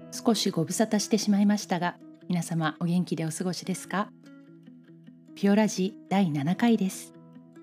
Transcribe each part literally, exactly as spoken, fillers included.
少しご無沙汰してしまいましたが、皆様お元気でお過ごしですか？ピオラジだいななかいです。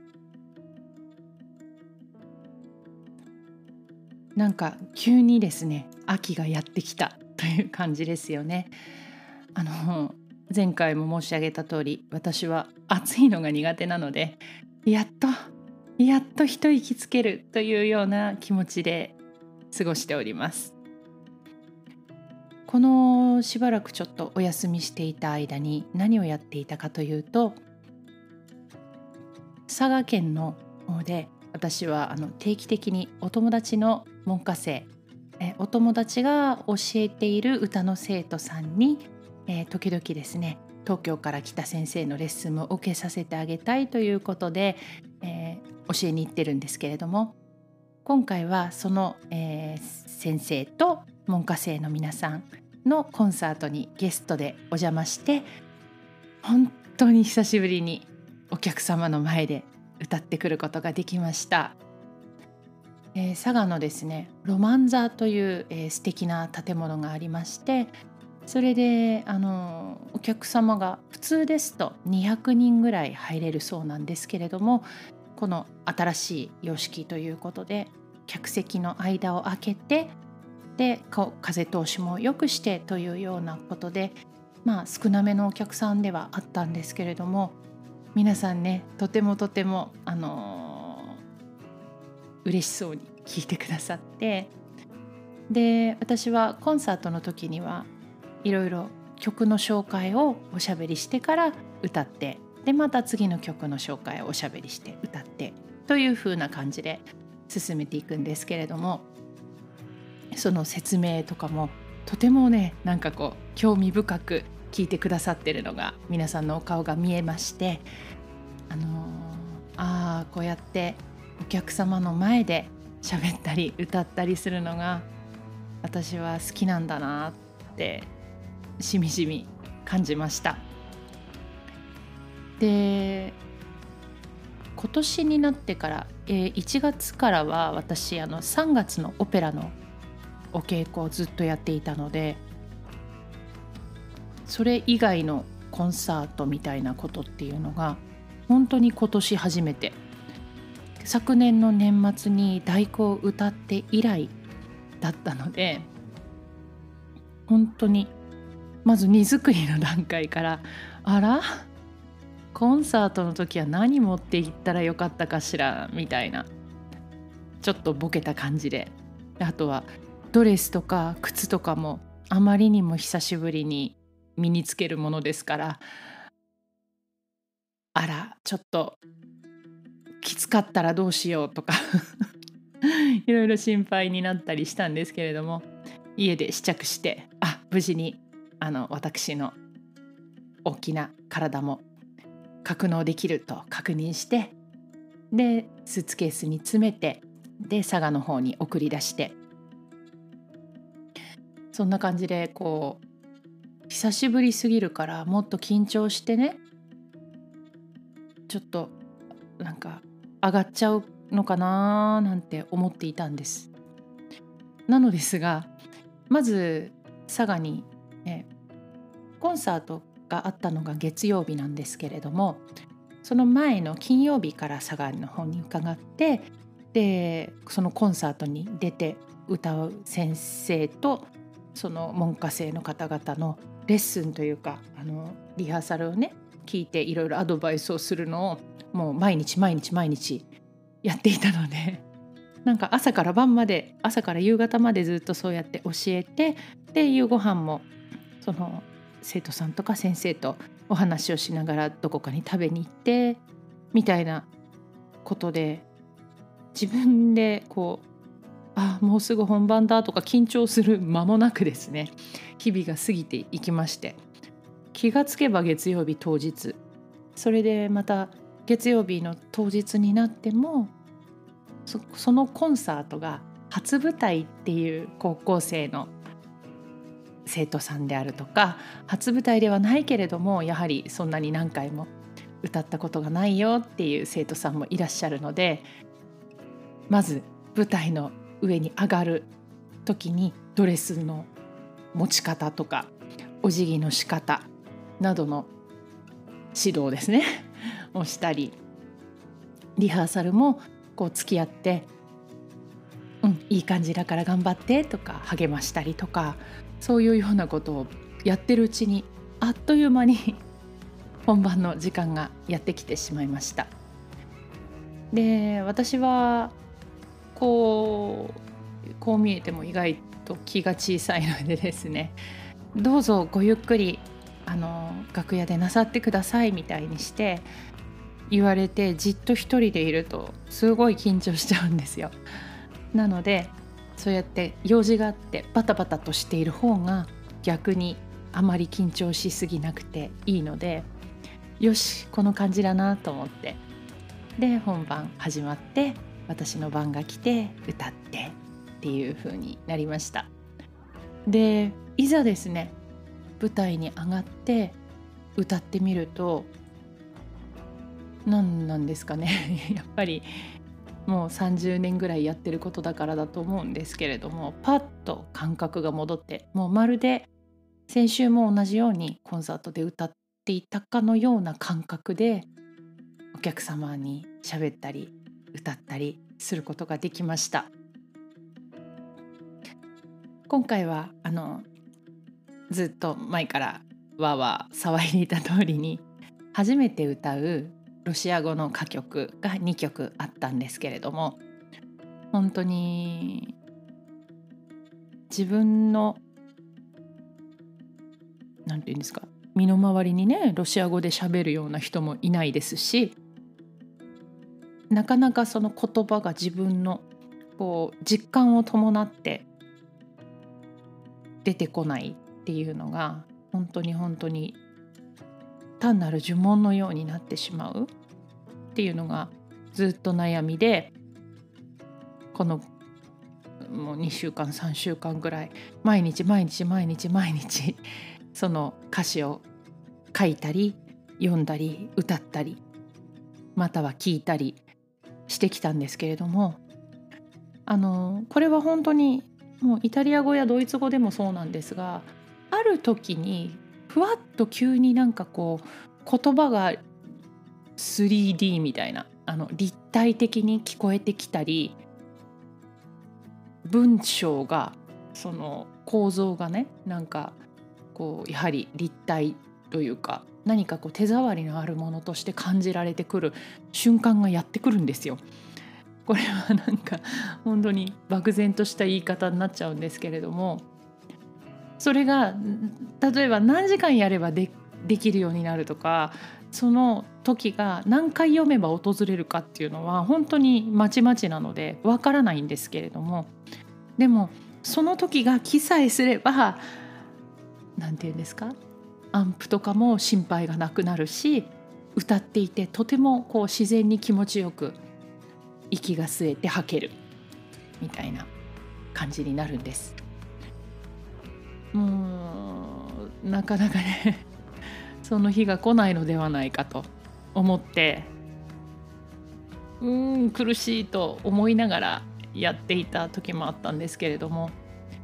なんか急にですね、秋がやってきたという感じですよね。あの前回も申し上げた通り、私は暑いのが苦手なので、やっとやっと一息つけるというような気持ちで過ごしております。このしばらくちょっとお休みしていた間に何をやっていたかというと、佐賀県の方で私はあの定期的にお友達の門下生、えお友達が教えている歌の生徒さんに、えー時々ですね、東京から来た先生のレッスンも受けさせてあげたいということで、えー教えに行ってるんですけれども、今回はその、えー先生と門下生の皆さんのコンサートにゲストでお邪魔して、本当に久しぶりにお客様の前で歌ってくることができました。えー佐賀のですね、ロマン座という、えー素敵な建物がありまして、それであのお客様が普通ですとにひゃくにんぐらい入れるそうなんですけれども、この新しい様式ということで客席の間を空けて、でこう風通しも良くしてというようなことで、まあ少なめのお客さんではあったんですけれども、皆さんね、とてもとてもあのー嬉しそうに聴いてくださって、で私はコンサートの時にはいろいろ曲の紹介をおしゃべりしてから歌って、でまた次の曲の紹介をおしゃべりして歌ってという風な感じで進めていくんですけれども、その説明とかもとてもね、なんかこう興味深く聞いてくださってるのが皆さんのお顔が見えまして、あのーあーこうやってお客様の前で喋ったり歌ったりするのが私は好きなんだなってしみじみ感じました。で今年になってから、えーいちがつからは私あのさんがつのオペラのお稽古をずっとやっていたので、それ以外のコンサートみたいなことっていうのが本当に今年初めて、昨年の年末に太鼓を歌って以来だったので、本当にまず荷造りの段階から、あらコンサートの時は何持って行ったらよかったかしらみたいな、ちょっとボケた感じで、あとはドレスとか靴とかもあまりにも久しぶりに身につけるものですから、あらちょっときつかったらどうしようとかいろいろ心配になったりしたんですけれども、家で試着して、あ無事にあの私の大きな体も格納できると確認して、でスーツケースに詰めて、で佐賀の方に送り出して、そんな感じでこう久しぶりすぎるからもっと緊張してね、ちょっとなんか上がっちゃうのかななんて思っていたんです。なのですが、まず佐賀に、えコンサートがあったのが月曜日なんですけれども、その前の金曜日から佐賀の方に伺って、でそのコンサートに出て歌う先生とその門下生の方々のレッスンというか、あのリハーサルをね聞いていろいろアドバイスをするのをもう毎日毎日毎日やっていたので、なんか朝から晩まで、朝から夕方までずっとそうやって教えて、で夕ご飯もその生徒さんとか先生とお話をしながらどこかに食べに行ってみたいなことで、自分でこうあもうすぐ本番だとか緊張する間もなくですね、日々が過ぎていきまして、気がつけば月曜日当日、それでまた月曜日の当日になっても そ, そのコンサートが初舞台っていう高校生の生徒さんであるとか、初舞台ではないけれどもやはりそんなに何回も歌ったことがないよっていう生徒さんもいらっしゃるので、まず舞台の上に上がる時にドレスの持ち方とかお辞儀の仕方などの指導ですねをしたり、リハーサルもこう付き合って、うん、いい感じだから頑張ってとか励ましたりとか、そういうようなことをやってるうちにあっという間に本番の時間がやってきてしまいました。で、私はこうこう見えても意外と気が小さいのでですね、どうぞごゆっくりあの楽屋でなさってくださいみたいにして言われて、じっと一人でいるとすごい緊張しちゃうんですよ。なのでそうやって用事があってバタバタとしている方が逆にあまり緊張しすぎなくていいので、よしこの感じだなと思って、で本番始まって私の番が来て歌ってっていう風になりました。でいざですね舞台に上がって歌ってみると、何なんですかねやっぱりもうさんじゅうねんぐらいやってることだからだと思うんですけれども、パッと感覚が戻って、もうまるで先週も同じようにコンサートで歌っていたかのような感覚でお客様に喋ったり歌ったりすることができました。今回はあのずっと前からわーわー騒いでいた通りに、初めて歌うロシア語の歌曲がにきょくあったんですけれども、本当に自分のなんて言うんですか、身の回りにねロシア語で喋るような人もいないですし、なかなかその言葉が自分のこう実感を伴って出てこないっていうのが本当に本当に単なる呪文のようになってしまうっていうのがずっと悩みで、このもうにしゅうかんさんしゅうかんぐらい毎日毎日毎日毎日その歌詞を書いたり読んだり歌ったりまたは聞いたりしてきたんですけれども、あのこれは本当にもうイタリア語やドイツ語でもそうなんですが、ある時にふわっと急になんかこう言葉が スリーディー みたいな、あの立体的に聞こえてきたり、文章がその構造がねなんかこうやはり立体というか、何かこう手触りのあるものとして感じられてくる瞬間がやってくるんですよ。これはなんか本当に漠然とした言い方になっちゃうんですけれども、それが例えば何時間やればでできるようになるとか、その時が何回読めば訪れるかっていうのは本当にまちまちなのでわからないんですけれども、でもその時が来さえすれば、なんていうんですか、アンプとかも心配がなくなるし、歌っていてとてもこう自然に気持ちよく息が吸えて吐けるみたいな感じになるんです。もうなかなかねその日が来ないのではないかと思って、うーん苦しいと思いながらやっていた時もあったんですけれども、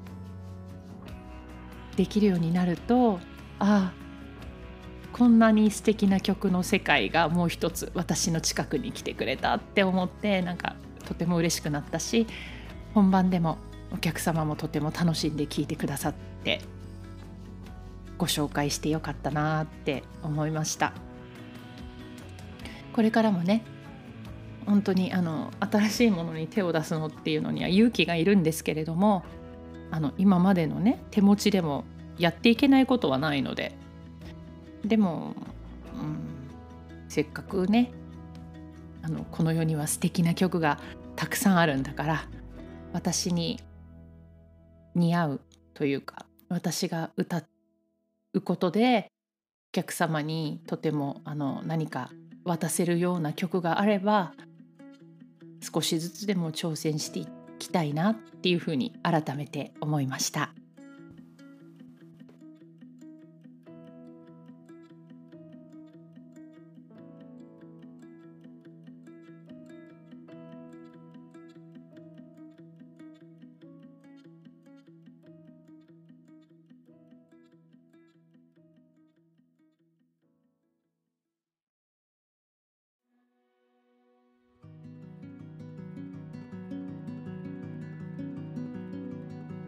できるようになると、ああこんなに素敵な曲の世界がもう一つ私の近くに来てくれたって思って、なんかとても嬉しくなったし、本番でもお客様もとても楽しんで聴いてくださって、ご紹介してよかったなって思いました。これからもね本当にあの新しいものに手を出すのっていうのには勇気がいるんですけれども、あの今までのね手持ちでもやっていけないことはないので、でも、うん、せっかくねあのこの世には素敵な曲がたくさんあるんだから、私に似合うというか、私が歌うことでお客様にとてもあの何か渡せるような曲があれば、少しずつでも挑戦していきたいなっていうふうに改めて思いました。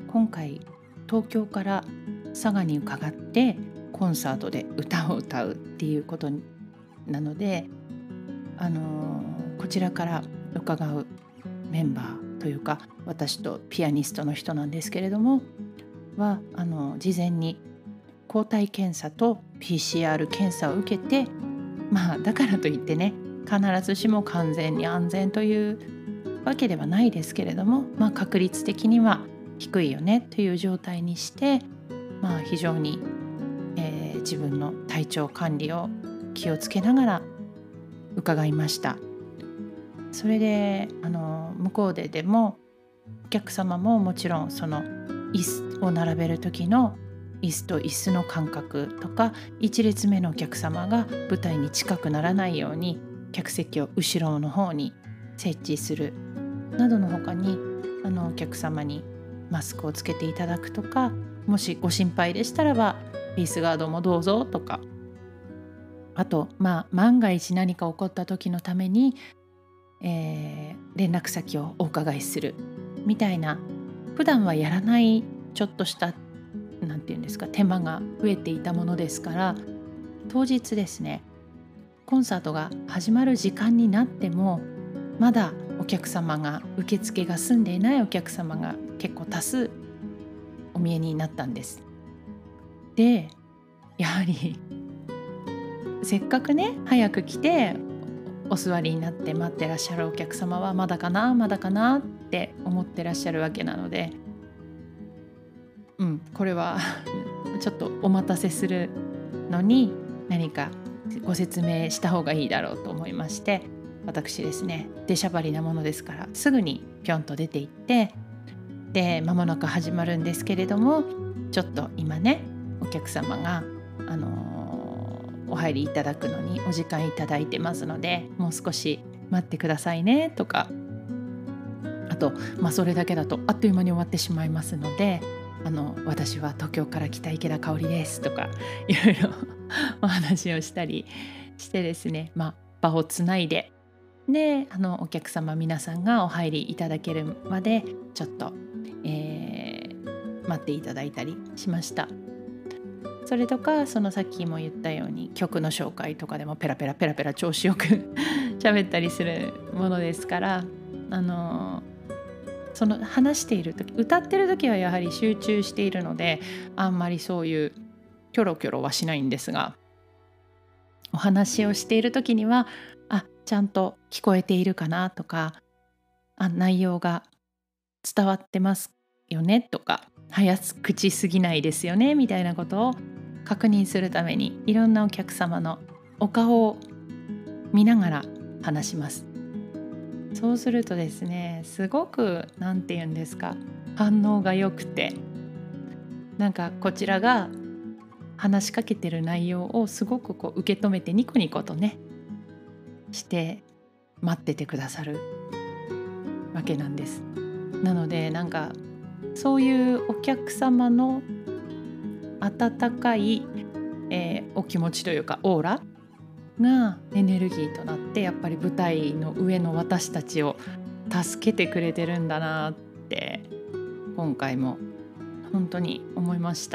今回東京から佐賀に伺ってコンサートで歌を歌うっていうことなので、あのこちらから伺うメンバーというか、私とピアニストの人なんですけれどもはあの事前に抗体検査と ピーシーアール 検査を受けて、まあだからといってね必ずしも完全に安全というわけではないですけれども、まあ、確率的には低いよねという状態にして、まあ、非常に、えー自分の体調管理を気をつけながら伺いました。それであの向こうででもお客様ももちろんその椅子を並べる時の椅子と椅子の間隔とか、いち列目のお客様が舞台に近くならないように客席を後ろの方に設置するなどの他に、あのお客様にマスクをつけていただくとか、もしご心配でしたらばフェイスガードもどうぞとか、あと、まあ、万が一何か起こった時のために、えー連絡先をお伺いするみたいな、普段はやらないちょっとしたなんていうんですか手間が増えていたものですから、当日ですねコンサートが始まる時間になってもまだお客様が受付が済んでいないお客様が結構多数お見えになったんです。でやはりせっかくね早く来てお座りになって待ってらっしゃるお客様はまだかなまだかなって思ってらっしゃるわけなので、うんこれはちょっとお待たせするのに何かご説明した方がいいだろうと思いまして、私ですね出しゃばりなものですからすぐにぴょんと出て行って、で間もなく始まるんですけれども、ちょっと今ねお客様が、あのーお入りいただくのにお時間いただいてますので、もう少し待ってくださいねとか、あと、まあ、それだけだとあっという間に終わってしまいますので、あの私は東京から来た池田香織ですとかいろいろお話をしたりしてですね、まあ、場をつないで、であのお客様皆さんがお入りいただけるまでちょっと、えー待っていただいたりしました。それとか、そのさっきも言ったように曲の紹介とかでもペラペラペラペラ調子よく喋ったりするものですから、あのその話している時、歌ってる時はやはり集中しているのであんまりそういうキョロキョロはしないんですが、お話をしている時にはあちゃんと聞こえているかなとか、あ内容が伝わってますよねとか、早口すぎないですよねみたいなことを確認するためにいろんなお客様のお顔を見ながら話します。そうするとですねすごくなんて言うんですか、反応が良くて、なんかこちらが話しかけてる内容をすごくこう受け止めてニコニコとねして待っててくださるわけなんです。なのでなんかそういうお客様の温かい、えーお気持ちというかオーラがエネルギーとなって、やっぱり舞台の上の私たちを助けてくれてるんだなって今回も本当に思いました。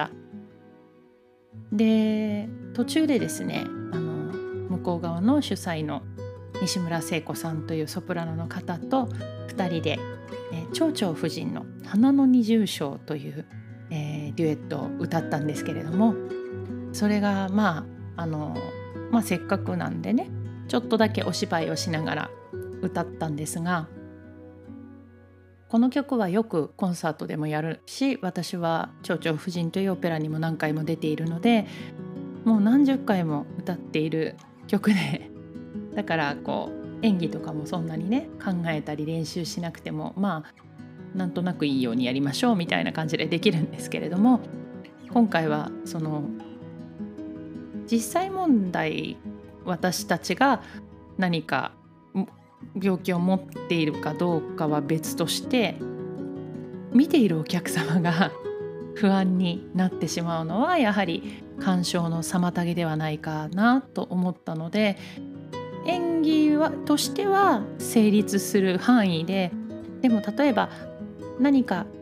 で途中でですねあの向こう側の主催の西村聖子さんというソプラノの方とふたりで、えー、蝶々夫人の花の二重唱という、えーデュエットを歌ったんですけれども、それがまああの、まあ、せっかくなんでねちょっとだけお芝居をしながら歌ったんですが、この曲はよくコンサートでもやるし、私は蝶々夫人というオペラにも何回も出ているのでもう何十回も歌っている曲でだからこう演技とかもそんなにね考えたり練習しなくてもまあなんとなくいいようにやりましょうみたいな感じでできるんですけれども、今回はその実際問題私たちが何か病気を持っているかどうかは別として、見ているお客様が不安になってしまうのはやはり鑑賞の妨げではないかなと思ったので、演技はとしては成立する範囲で、でも例えば何か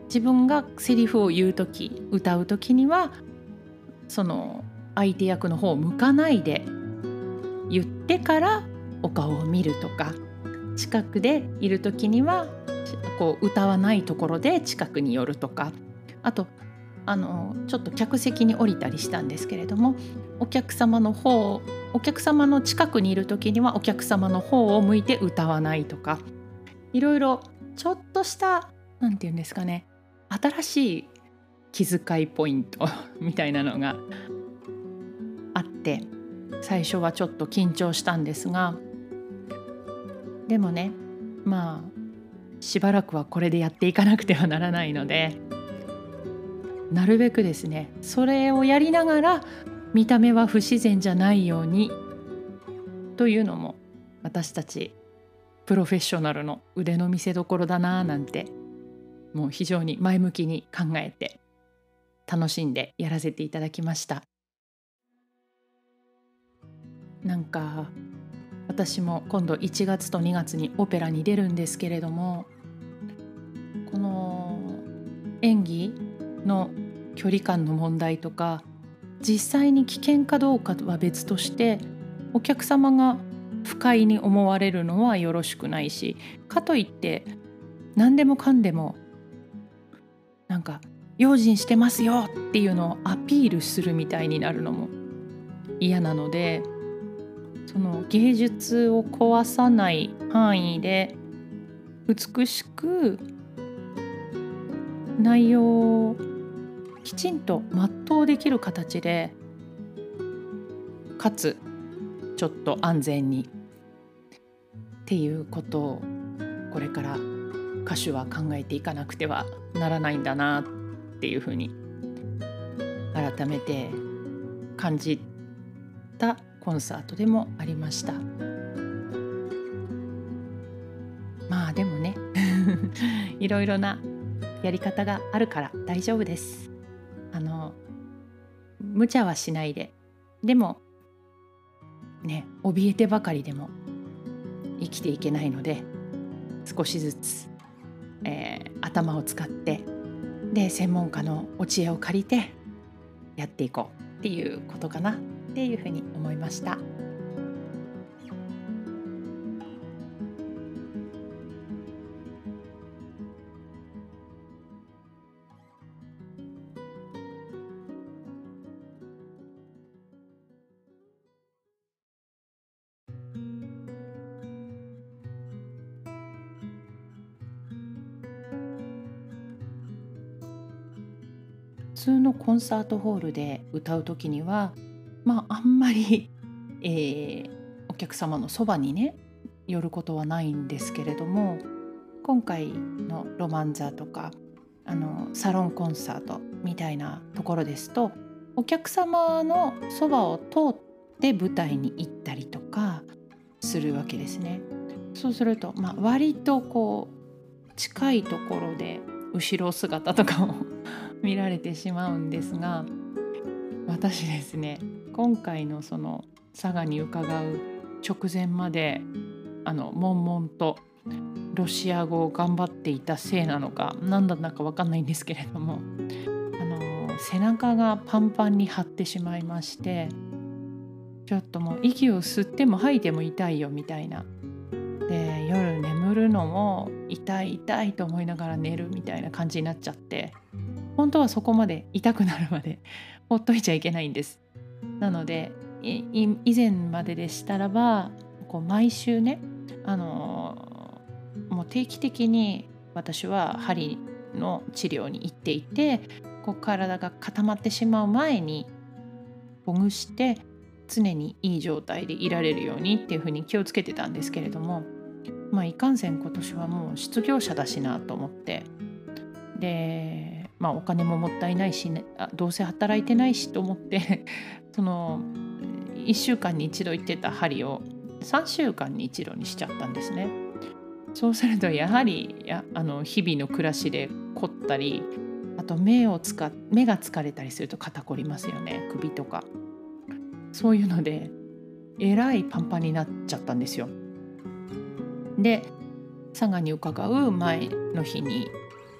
自分がセリフを言う時、歌う時にはその相手役の方を向かないで言ってからお顔を見るとか、近くでいる時にはこう歌わないところで近くに寄るとか、あとあのちょっと客席に降りたりしたんですけれども、お客様の方お客様の近くにいる時にはお客様の方を向いて歌わないとか、いろいろちょっとしたなんていうんですかね、新しい気遣いポイントみたいなのがあって、最初はちょっと緊張したんですが、でもね、まあしばらくはこれでやっていかなくてはならないので、なるべくですね、それをやりながら見た目は不自然じゃないようにというのも、私たちプロフェッショナルの腕の見せ所だなぁなんて、もう非常に前向きに考えて楽しんでやらせていただきました。なんか私も今度いちがつとにがつにオペラに出るんですけれども、この演技の距離感の問題とか、実際に危険かどうかは別として、お客様が不快に思われるのはよろしくないし、かといって何でもかんでもなんか用心してますよっていうのをアピールするみたいになるのも嫌なので、その芸術を壊さない範囲で美しく内容をきちんと全うできる形で、かつちょっと安全にっていうことをこれから歌手は考えていかなくてはならないんだなっていうふうに改めて感じたコンサートでもありました。まあでもねいろいろなやり方があるから大丈夫です。あの無茶はしないで、でもね、怯えてばかりでも生きていけないので、少しずつ、えー頭を使ってで専門家のお知恵を借りてやっていこうっていうことかなっていうふうに思いました。普通のコンサートホールで歌う時には、まああんまり、えーお客様のそばにね寄ることはないんですけれども、今回のロマンザとかあのサロンコンサートみたいなところですと、お客様のそばを通って舞台に行ったりとかするわけですね。そうすると、まあ、割とこう近いところで後ろ姿とかを見られてしまうんですが、私ですね、今回のその佐賀に伺う直前まであの悶々とロシア語を頑張っていたせいなのか何だったか分かんないんですけれども、あの背中がパンパンに張ってしまいまして、ちょっともう息を吸っても吐いても痛いよみたいな、で夜眠るのも痛い痛いと思いながら寝るみたいな感じになっちゃって、本当はそこまで痛くなるまでほっといちゃいけないんです。なのでい以前まででしたらば、こう毎週ね、あのもう定期的に私は針の治療に行っていて、こう体が固まってしまう前にほぐして常にいい状態でいられるようにっていうふうに気をつけてたんですけれども、まあいかんせん今年はもう失業者だしなと思って、で、まあ、お金ももったいないし、ね、あどうせ働いてないしと思ってそのいっしゅうかんに一度行ってた針をさんしゅうかんに一度にしちゃったんですね。そうするとやはりやあの日々の暮らしで凝ったり、あと目を使っ目が疲れたりすると肩こりますよね、首とか。そういうのでえらいパンパンになっちゃったんですよ。で佐賀に伺う前の日に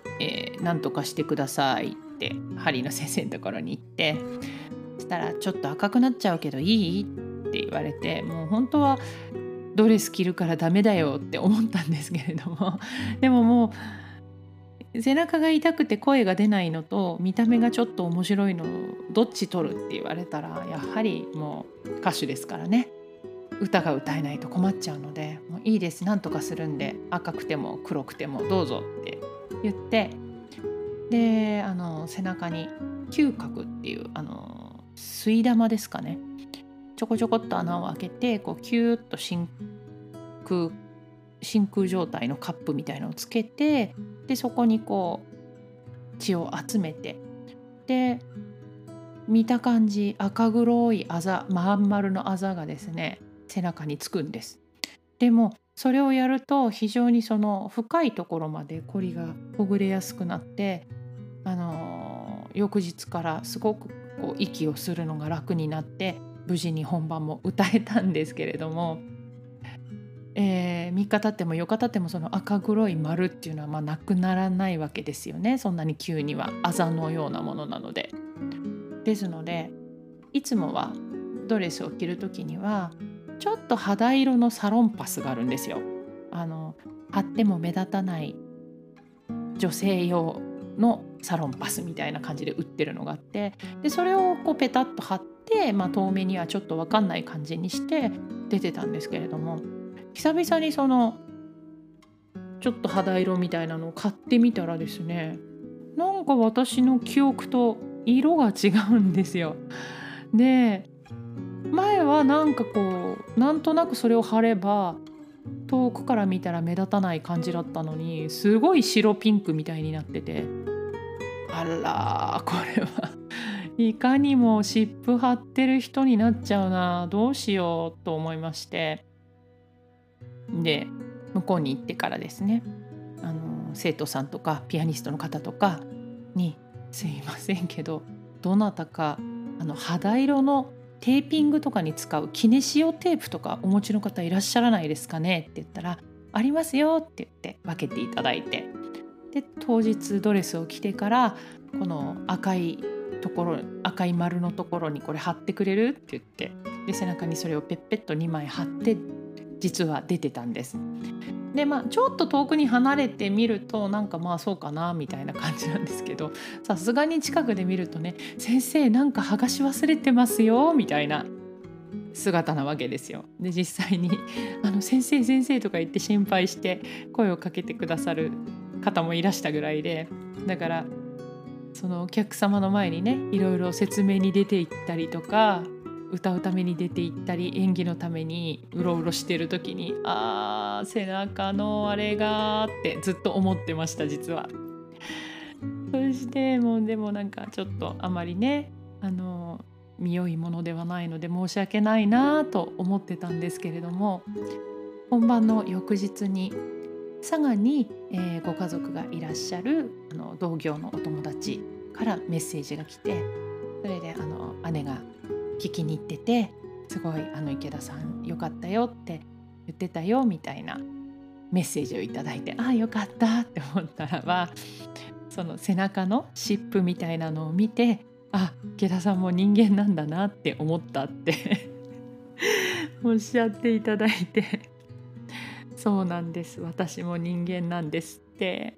えー、なんとかしてくださいって針の先生のところに行って、そしたらちょっと赤くなっちゃうけどいいって言われて、もう本当はドレス着るからダメだよって思ったんですけれども、でももう背中が痛くて声が出ないのと見た目がちょっと面白いのどっち取るって言われたら、やはりもう歌手ですからね、歌が歌えないと困っちゃうので、もういいです、なんとかするんで、赤くても黒くてもどうぞって言って、であの背中に嗅覚っていうあの吸い玉ですかね、ちょこちょこっと穴を開けてこうキューッと真空真空状態のカップみたいのをつけて、でそこにこう血を集めて、で見た感じ赤黒いあざ、まん丸のあざがですね背中につくんです。でもそれをやると非常にその深いところまでコリがほぐれやすくなって、あのー翌日からすごくこう息をするのが楽になって、無事に本番も歌えたんですけれども、えー、みっか経ってもよっか経ってもその赤黒い丸っていうのはまあなくならないわけですよね。そんなに急にはあざのようなものなので。ですのでいつもはドレスを着る時にはちょっと肌色のサロンパスがあるんですよ。あの貼っても目立たない女性用のサロンパスみたいな感じで売ってるのがあって、でそれをこうペタッと貼って、まあ、遠目にはちょっと分かんない感じにして出てたんですけれども、久々にそのちょっと肌色みたいなのを買ってみたらですね、なんか私の記憶と色が違うんですよ。で前はなんかこうなんとなくそれを貼れば遠くから見たら目立たない感じだったのに、すごい白ピンクみたいになってて、あらーこれはいかにも湿布貼ってる人になっちゃうな、どうしようと思いまして、で向こうに行ってからですね、あの生徒さんとかピアニストの方とかに「すいませんけどどなたかあの肌色のテーピングとかに使うキネシオテープとかお持ちの方いらっしゃらないですかね」って言ったら「ありますよ」って言って分けていただいて、で当日ドレスを着てからこの赤いところ赤い丸のところにこれ貼ってくれるって言って、で背中にそれをペッペッとにまい貼って実は出てたんです。でまあちょっと遠くに離れてみるとなんかまあそうかなみたいな感じなんですけど、さすがに近くで見るとね「先生なんか剥がし忘れてますよ」みたいな姿なわけですよ。で実際にあの先生先生とか言って心配して声をかけてくださる方もいらしたぐらいで、だからそのお客様の前にねいろいろ説明に出て行ったりとか、歌うために出て行ったり演技のためにうろうろしてる時に、あー背中のあれがってずっと思ってました実は。そしてもうでもなんかちょっとあまりねあの見よいものではないので申し訳ないなと思ってたんですけれども、本番の翌日に佐賀に、えーご家族がいらっしゃるあの同業のお友達からメッセージが来て、それであの姉が聞きに行ってて、すごいあの池田さんよかったよって言ってたよみたいなメッセージをいただいて、ああよかったって思ったらば、その背中の湿布みたいなのを見て、あ池田さんも人間なんだなって思ったっておっしゃっていただいて、そうなんです、私も人間なんですって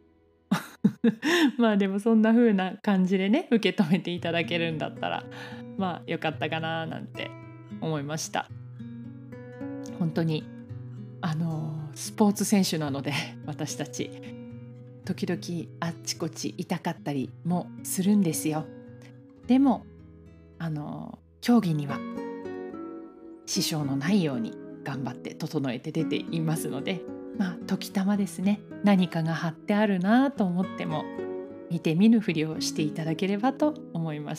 まあでもそんな風な感じでね受け止めていただけるんだったらまあよかったかななんて思いました。本当にあのスポーツ選手なので私たち時々あっちこっち痛かったりもするんですよ。でもあの競技には支障のないように頑張って整えて出ていますので、まあ時たまですね何かが貼ってあるなと思っても見て見ぬふりをしていただければと思います。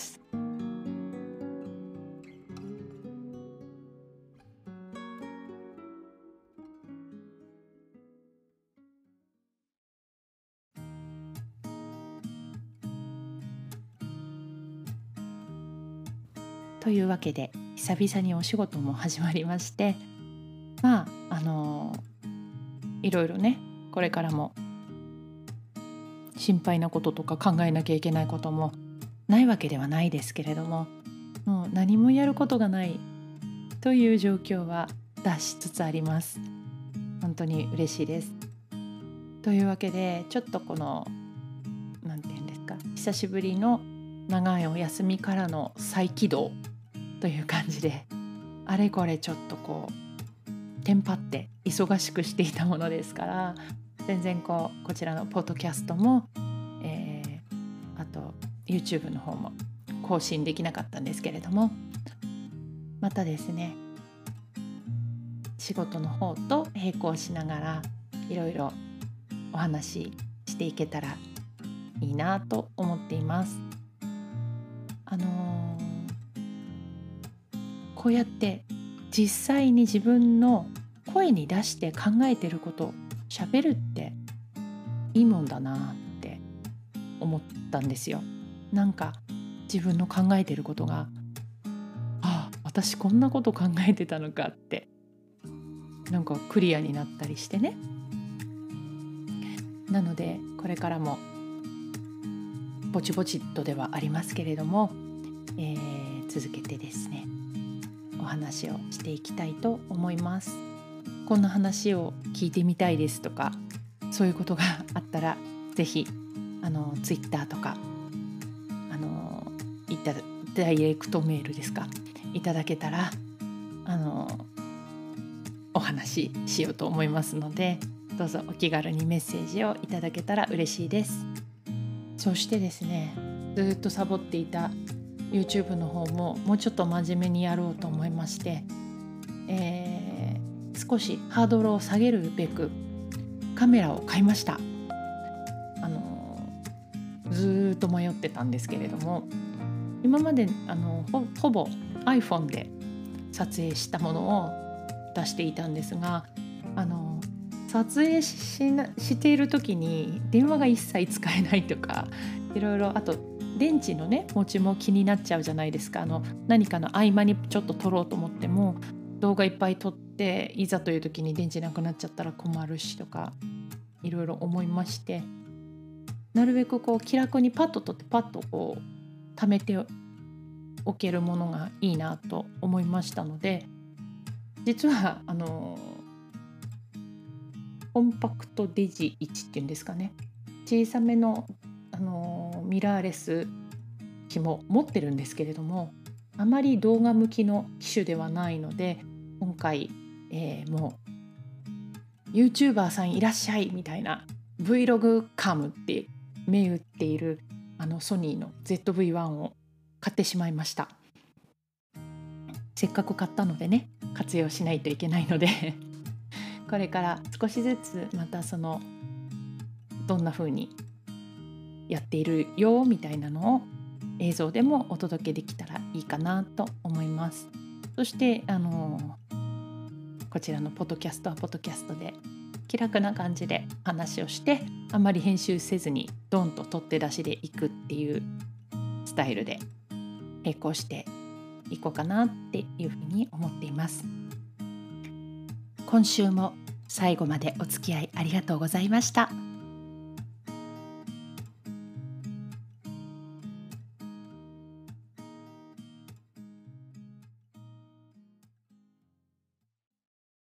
というわけで久々にお仕事も始まりまして、まああのいろいろねこれからも心配なこととか考えなきゃいけないこともないわけではないですけれども、もう何もやることがないという状況は脱しつつあります。本当に嬉しいです。というわけで、ちょっとこのなんていうんですか、久しぶりの長いお休みからの再起動という感じで、あれこれちょっとこうテンパって忙しくしていたものですから、全然こうこちらのポッドキャストも、えー、あと YouTube の方も更新できなかったんですけれども、またですね、仕事の方と並行しながらいろいろお話ししていけたらいいなと思っています。あのー、こうやって実際に自分の声に出して考えてること喋るっていいもんだなって思ったんですよ。なんか自分の考えてることが、ああ私こんなこと考えてたのかってなんかクリアになったりしてね。なのでこれからもぼちぼちっとではありますけれども、えー、続けてですねお話をしていきたいと思います。こんな話を聞いてみたいですとか、そういうことがあったらぜひあのツイッターとかあのいたダイレクトメールですかいただけたらあのお話ししようと思いますので、どうぞお気軽にメッセージをいただけたら嬉しいです。そしてですね、ずっとサボっていた YouTube の方ももうちょっと真面目にやろうと思いまして、えー、少しハードルを下げるべくカメラを買いました。あのずっと迷ってたんですけれども、今まであの ほ, ほぼ iPhone で撮影したものを出していたんですが、あの撮影 し, なしている時に電話が一切使えないとか、いろいろ、あと電池のね持ちも気になっちゃうじゃないですか。あの何かの合間にちょっと撮ろうと思っても動画いっぱい撮っていざという時に電池なくなっちゃったら困るしとか、いろいろ思いまして、なるべくこう気楽にパッと撮ってパッとこう貯めておけるものがいいなと思いましたので、実はあのコンパクトデジいちっていうんですかね、小さめの、あのミラーレス機も持ってるんですけれども、あまり動画向きの機種ではないので、今回、えー、もう YouTuber さんいらっしゃいみたいな Vlog カムって銘打っているあのソニーの ゼットブイワン を買ってしまいました。せっかく買ったのでね、活用しないといけないのでこれから少しずつまたそのどんな風にやっているよみたいなのを映像でもお届けできたらいいかなと思います。そしてあのこちらのポッドキャストはポッドキャストで気楽な感じで話をして、あまり編集せずにドンと取って出しでいくっていうスタイルで並行していこうかなっていうふうに思っています。今週も最後までお付き合いありがとうございました。